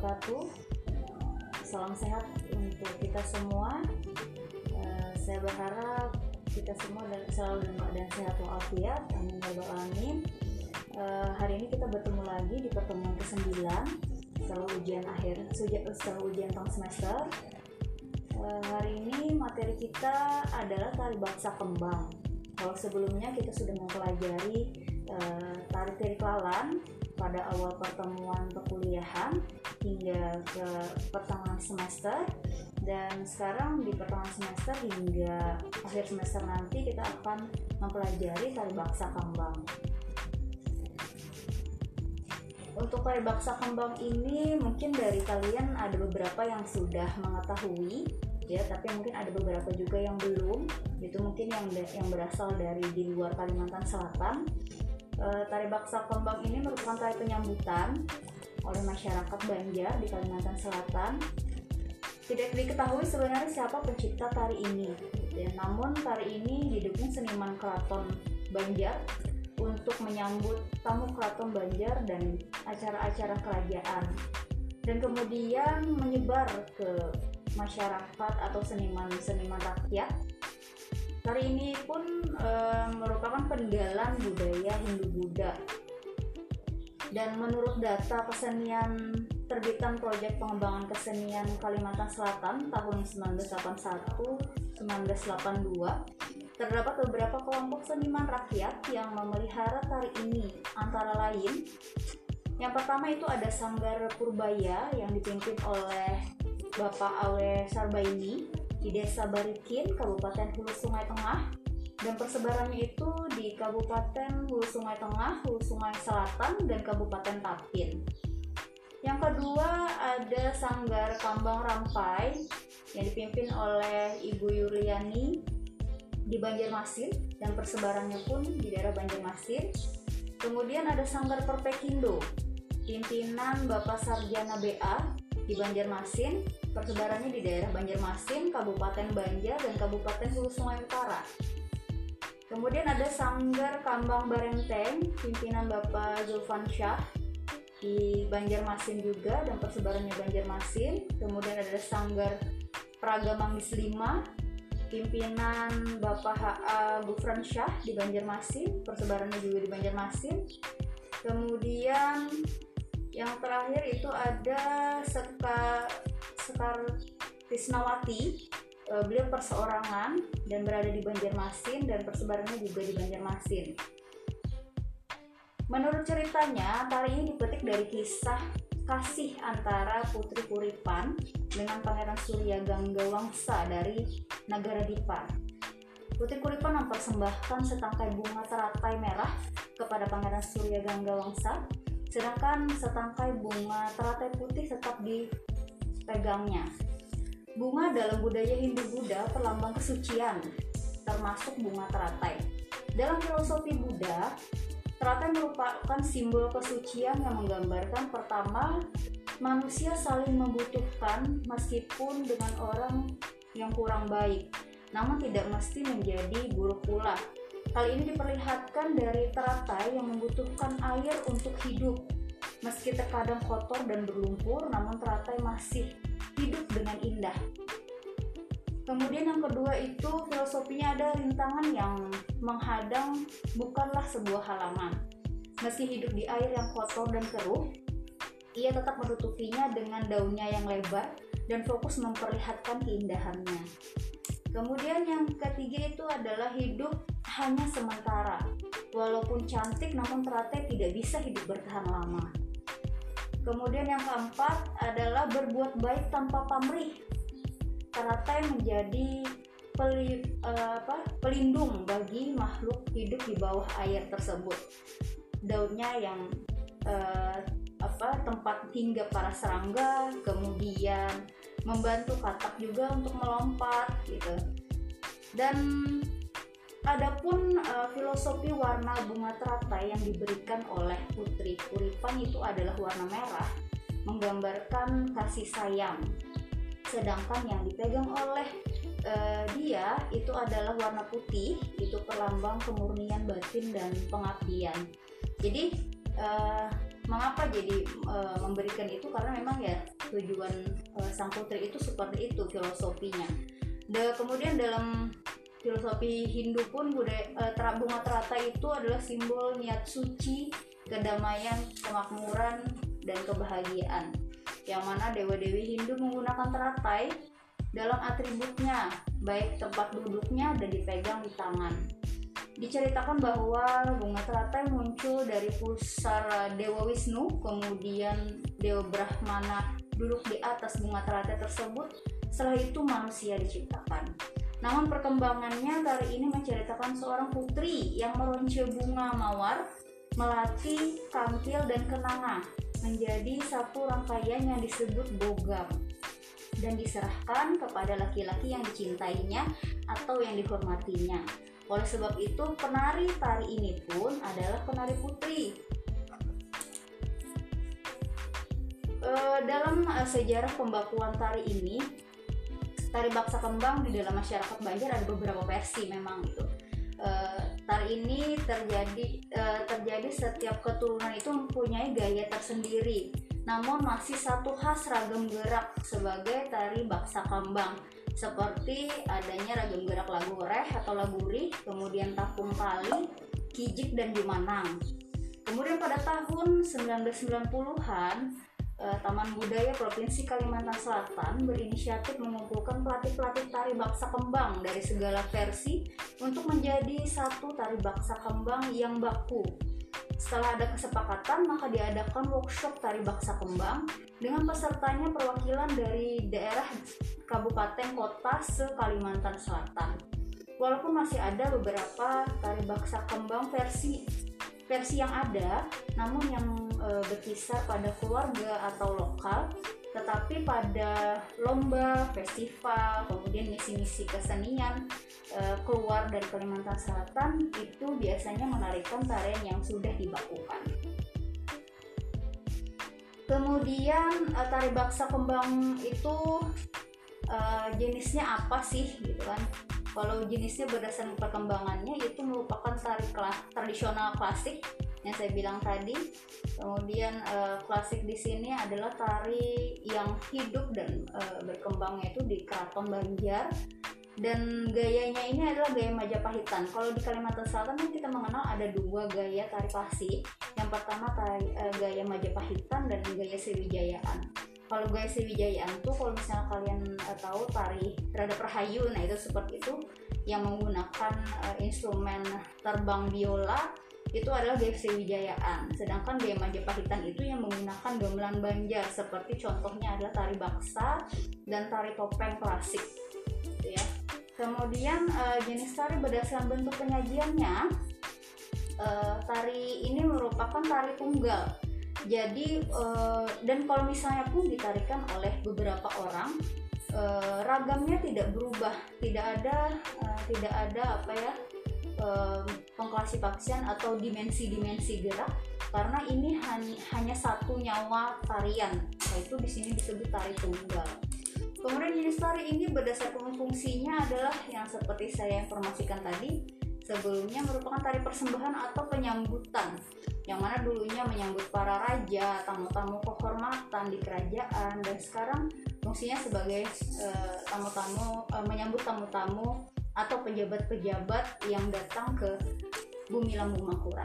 wabarakatuh. Salam sehat untuk kita semua. Saya berharap kita semua selalu dalam keadaan sehat walafiat. Amin ya rabbal alamin. Hari ini kita bertemu lagi di pertemuan ke-9 setelah ujian tengah semester. Hari ini materi kita adalah tari baksa kembang. Kalau sebelumnya kita sudah mempelajari tari Tirikalan pada awal pertemuan perkuliahan hingga ke pertengahan semester, dan sekarang di pertengahan semester hingga akhir semester nanti kita akan mempelajari tari baksa kembang. Untuk tari baksa kembang ini mungkin dari kalian ada beberapa yang sudah mengetahui ya, tapi mungkin ada beberapa juga yang belum. Itu mungkin yang berasal dari di luar Kalimantan Selatan. Tari baksa kembang ini merupakan tari penyambutan oleh masyarakat Banjar di Kalimantan Selatan. Tidak diketahui sebenarnya siapa pencipta tari ini ya, namun tari ini didukung seniman keraton Banjar untuk menyambut tamu keraton Banjar dan acara-acara kerajaan, dan kemudian menyebar ke masyarakat atau seniman-seniman rakyat. Tari ini pun merupakan peninggalan budaya Hindu-Buddha, dan menurut data kesenian terbitan Proyek Pengembangan Kesenian Kalimantan Selatan tahun 1981-1982, terdapat beberapa kelompok seniman rakyat yang memelihara tari ini, antara lain yang pertama itu ada Sanggar Purbaya yang dipimpin oleh Bapak Awe Sarbaini di Desa Barikin, Kabupaten Hulu Sungai Tengah, dan persebarannya itu di Kabupaten Hulu Sungai Tengah, Hulu Sungai Selatan, dan Kabupaten Tapin. Yang kedua ada Sanggar Kambang Rampai yang dipimpin oleh Ibu Yuliani di Banjarmasin, dan persebarannya pun di daerah Banjarmasin. Kemudian ada Sanggar Perpekindo, pimpinan Bapak Sarjana BA di Banjarmasin, persebarannya di daerah Banjarmasin, Kabupaten Banjar, dan Kabupaten Hulu Sungai Utara. Kemudian ada Sanggar Kambang Barenteng, pimpinan Bapak Zulfan Syah di Banjarmasin juga, dan persebarannya Banjarmasin. Kemudian ada Sanggar Praga Manggis 5, pimpinan Bapak H.A. Gufran Syah di Banjarmasin, persebarannya juga di Banjarmasin. Kemudian yang terakhir itu ada Sekar Tisnawati, beliau perseorangan dan berada di Banjarmasin, dan persebarannya juga di Banjarmasin. Menurut ceritanya, tari ini dipetik dari kisah kasih antara Putri Kuripan dengan Pangeran Surya Ganggawangsa dari Nagara Dipa. Putri Kuripan mempersembahkan setangkai bunga teratai merah kepada Pangeran Surya Ganggawangsa, sedangkan setangkai bunga teratai putih tetap dipegangnya. Bunga dalam budaya Hindu-Buddha perlambang kesucian, termasuk bunga teratai. Dalam filosofi Buddha, teratai merupakan simbol kesucian yang menggambarkan pertama, manusia saling membutuhkan meskipun dengan orang yang kurang baik, namun tidak mesti menjadi buruk pula. Hal ini diperlihatkan dari teratai yang membutuhkan air untuk hidup. Meski terkadang kotor dan berlumpur, namun teratai masih hidup dengan indah. Kemudian yang kedua itu filosofinya ada rintangan yang menghadang bukanlah sebuah halangan. Meski hidup di air yang kotor dan keruh, ia tetap menutupinya dengan daunnya yang lebar dan fokus memperlihatkan keindahannya. Kemudian yang ketiga itu adalah hidup hanya sementara. Walaupun cantik, namun teratai tidak bisa hidup bertahan lama. Kemudian yang keempat adalah berbuat baik tanpa pamrih. Teratai menjadi pelindung bagi makhluk hidup di bawah air tersebut. Daunnya yang tempat hinggap para serangga, kemudian membantu katak juga untuk melompat gitu. Dan adapun filosofi warna bunga teratai yang diberikan oleh Putri Kuripan itu adalah warna merah, menggambarkan kasih sayang. Sedangkan yang dipegang oleh dia itu adalah warna putih, itu perlambang kemurnian batin dan pengabdian. Jadi Mengapa jadi memberikan itu? Karena memang ya tujuan sang putri itu seperti itu filosofinya. Kemudian dalam filosofi Hindu pun bunga teratai itu adalah simbol niat suci, kedamaian, kemakmuran, dan kebahagiaan. Yang mana dewa-dewi Hindu menggunakan teratai dalam atributnya, baik tempat duduknya dan dipegang di tangan. Diceritakan bahwa bunga teratai muncul dari pusara Dewa Wisnu, kemudian Dewa Brahmana duduk di atas bunga teratai tersebut, setelah itu manusia diciptakan. Namun perkembangannya tari ini menceritakan seorang putri yang meronce bunga mawar, melati, kantil, dan kenanga menjadi satu rangkaian yang disebut bogam dan diserahkan kepada laki-laki yang dicintainya atau yang dihormatinya. Oleh sebab itu, penari tari ini pun adalah penari putri. Dalam sejarah pembakuan tari ini, tari Baksa Kembang di dalam masyarakat Banjar ada beberapa versi memang itu. Tari ini terjadi setiap keturunan itu mempunyai gaya tersendiri. Namun masih satu khas ragam gerak sebagai tari Baksa Kembang, seperti adanya ragam gerak Lagoreh atau Laguri, kemudian Tapung Kali, Kijik, dan Jumanang. Kemudian pada tahun 1990-an, Taman Budaya Provinsi Kalimantan Selatan berinisiatif mengumpulkan pelatih-pelatih tari Baksa Kembang dari segala versi untuk menjadi satu tari Baksa Kembang yang baku. Setelah ada kesepakatan, maka diadakan workshop tari Baksa Kembang dengan pesertanya perwakilan dari daerah kabupaten kota se-Kalimantan Selatan. Walaupun masih ada beberapa tari Baksa Kembang versi yang ada, namun yang berkisar pada keluarga atau lokal, tetapi pada lomba, festival, kemudian misi-misi kesenian keluar dari Kalimantan Selatan itu biasanya menarikan tarian yang sudah dibakukan. Kemudian tari Baksa Kembang itu jenisnya apa sih gitu kan? Kalau jenisnya berdasarkan perkembangannya itu merupakan tari tradisional klasik yang saya bilang tadi. Kemudian klasik di sini adalah tari yang hidup dan berkembangnya itu di Keraton Banjar, dan gayanya ini adalah gaya Majapahitan. Kalau di Kalimantan Selatan kan kita mengenal ada dua gaya tari klasik. Yang pertama gaya Majapahitan dan gaya Sriwijayaan. Kalau gaya Sriwijayaan tuh kalau misalnya kalian tahu tari terhadap rahayu, nah itu seperti itu, yang menggunakan instrumen terbang biola, itu adalah gaya Sriwijayaan. Sedangkan gaya Majapahitan itu yang menggunakan gamelan Banjar, seperti contohnya adalah tari baksa dan tari topeng klasik gitu ya. Kemudian jenis tari berdasarkan bentuk penyajiannya, tari ini merupakan tari tunggal. Jadi dan kalau misalnya pun ditarikan oleh beberapa orang, ragamnya tidak berubah, tidak ada pengklasifikasian atau dimensi gerak, karena ini hanya satu nyawa tarian, yaitu di sini disebut tari tunggal. Kemudian jenis tari ini berdasarkan fungsinya adalah yang seperti saya informasikan tadi sebelumnya, merupakan tari persembahan atau penyambutan, yang mana dulunya menyambut para raja, tamu-tamu kehormatan di kerajaan, dan sekarang fungsinya sebagai menyambut tamu-tamu atau pejabat-pejabat yang datang ke Bumi Lambung Mangkurat.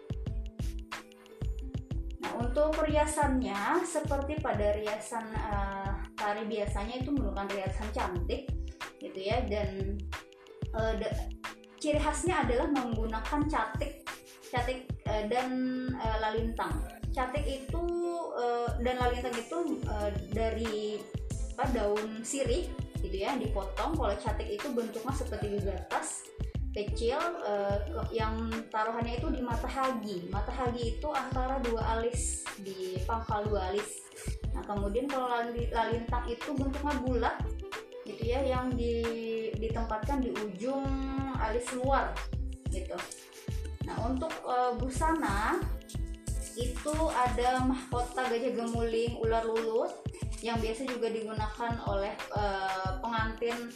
Nah, untuk perhiasannya seperti pada riasan tari biasanya itu menggunakan riasan cantik gitu ya, dan ciri khasnya adalah menggunakan catik dan lalintang. Catik itu dan lalintang itu dari daun sirih gitu ya, dipotong. Kalau catik itu bentuknya seperti gatas kecil yang taruhannya itu di mata hagi. Mata hagi itu antara dua alis, di pangkal dua alis. Nah, kemudian kalau lalintang itu bentuknya bulat gitu ya, yang ditempatkan di ujung alis luar gitu. Nah, untuk busana itu ada mahkota gajah gemuling, ular lulut yang biasa juga digunakan oleh pengantin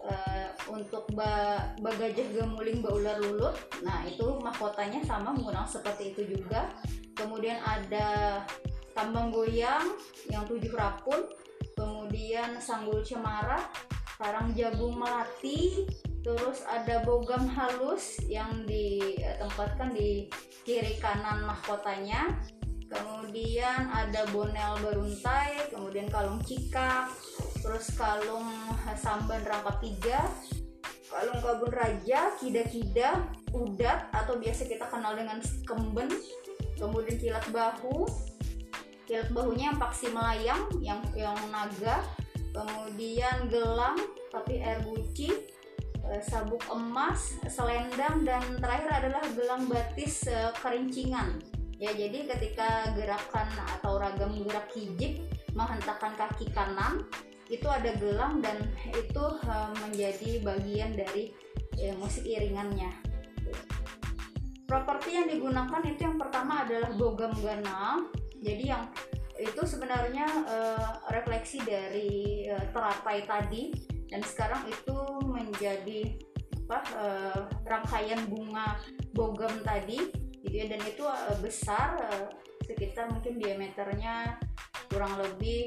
Untuk Bagajah Gamuling Baular Lulut, nah itu mahkotanya sama menggunakan seperti itu juga. Kemudian ada Tambang Goyang yang 7 rapun, kemudian Sanggul Cemara, Karang Jabung Melati, terus ada Bogam Halus yang ditempatkan di kiri kanan mahkotanya. Kemudian ada Bonel Baruntai, kemudian Kalung Cikak, terus Kalung Samban Rangkap 3, Kalung Kabun Raja, Kida-Kida, Udat atau biasa kita kenal dengan Kemben, kemudian Kilat Bahunya yang Paksi Melayang, yang naga, kemudian Gelang tapi air guci, Sabuk Emas, Selendang, dan terakhir adalah Gelang Batis Kerincingan. Ya, jadi ketika gerakan atau ragam gerak hijik menghentakkan kaki kanan, itu ada gelang dan itu menjadi bagian dari musik iringannya. Properti yang digunakan itu yang pertama adalah bogam ganal. Jadi yang itu sebenarnya refleksi dari teratai tadi, dan sekarang itu menjadi rangkaian bunga bogam tadi gitu ya, dan itu besar, sekitar mungkin diameternya kurang lebih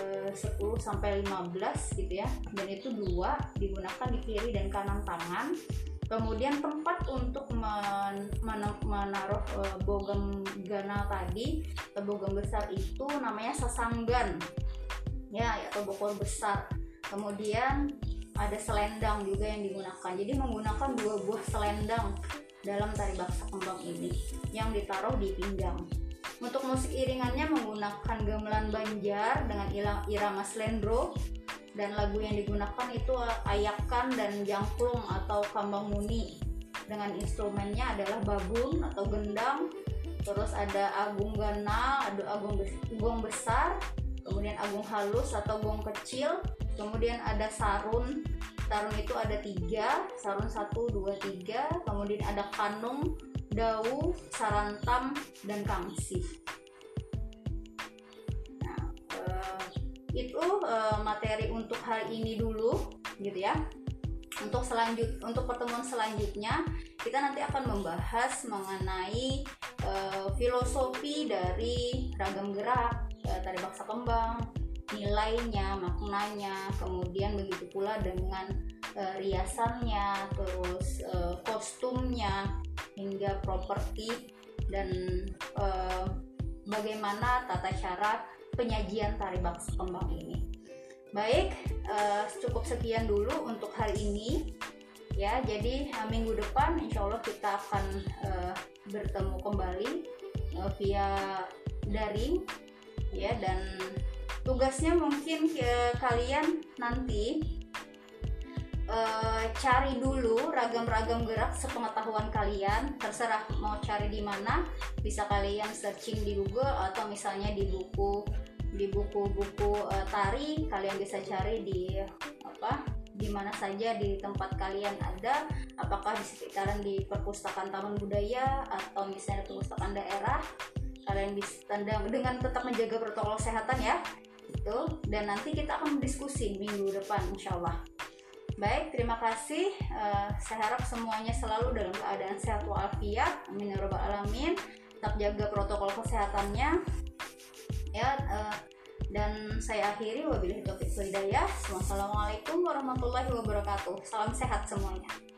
10-15 gitu ya, dan itu 2 digunakan di kiri dan kanan tangan. Kemudian tempat untuk menaruh bogam ganal tadi, bogam besar itu namanya sasanggan ya, atau bokor besar. Kemudian ada selendang juga yang digunakan, jadi menggunakan 2 buah selendang dalam tari baksa kembang ini yang ditaruh di pinggang. Untuk musik iringannya menggunakan gamelan Banjar dengan irama slendro, dan lagu yang digunakan itu ayakan dan jangklung atau kambang muni, dengan instrumennya adalah babun atau gendang, terus ada agung ganal, ada gong besar, kemudian agung halus atau gong kecil, kemudian ada sarun. Sarun itu ada 3, sarun 1, 2, 3, kemudian ada kanung, dawu, sarantam, dan kangsi. Nah, itu materi untuk hari ini dulu gitu ya. Untuk pertemuan selanjutnya kita nanti akan membahas mengenai filosofi dari ragam gerak tari baksa kembang, nilainya, maknanya, kemudian begitu pula dengan riasannya, terus kostumnya, hingga properti dan bagaimana tata cara penyajian tari baksa kembang ini. Baik, cukup sekian dulu untuk hari ini ya. Jadi minggu depan insya Allah kita akan bertemu kembali via daring ya, dan tugasnya mungkin kalian nanti cari dulu ragam-ragam gerak sepengetahuan kalian, terserah mau cari di mana, bisa kalian searching di Google atau misalnya di buku-buku tari, kalian bisa cari di mana saja di tempat kalian ada, apakah di sekitaran di perpustakaan taman budaya atau misalnya perpustakaan daerah. Kalian bisa dengan tetap menjaga protokol kesehatan ya gitu, dan nanti kita akan berdiskusi minggu depan insyaallah. Baik, terima kasih. Saya harap semuanya selalu dalam keadaan sehat walafiat, amin ya rabbal alamin. Tetap jaga protokol kesehatannya ya, dan saya akhiri wabillahi taufiq wal hidayah. Wassalamualaikum warahmatullahi wabarakatuh. Salam sehat semuanya.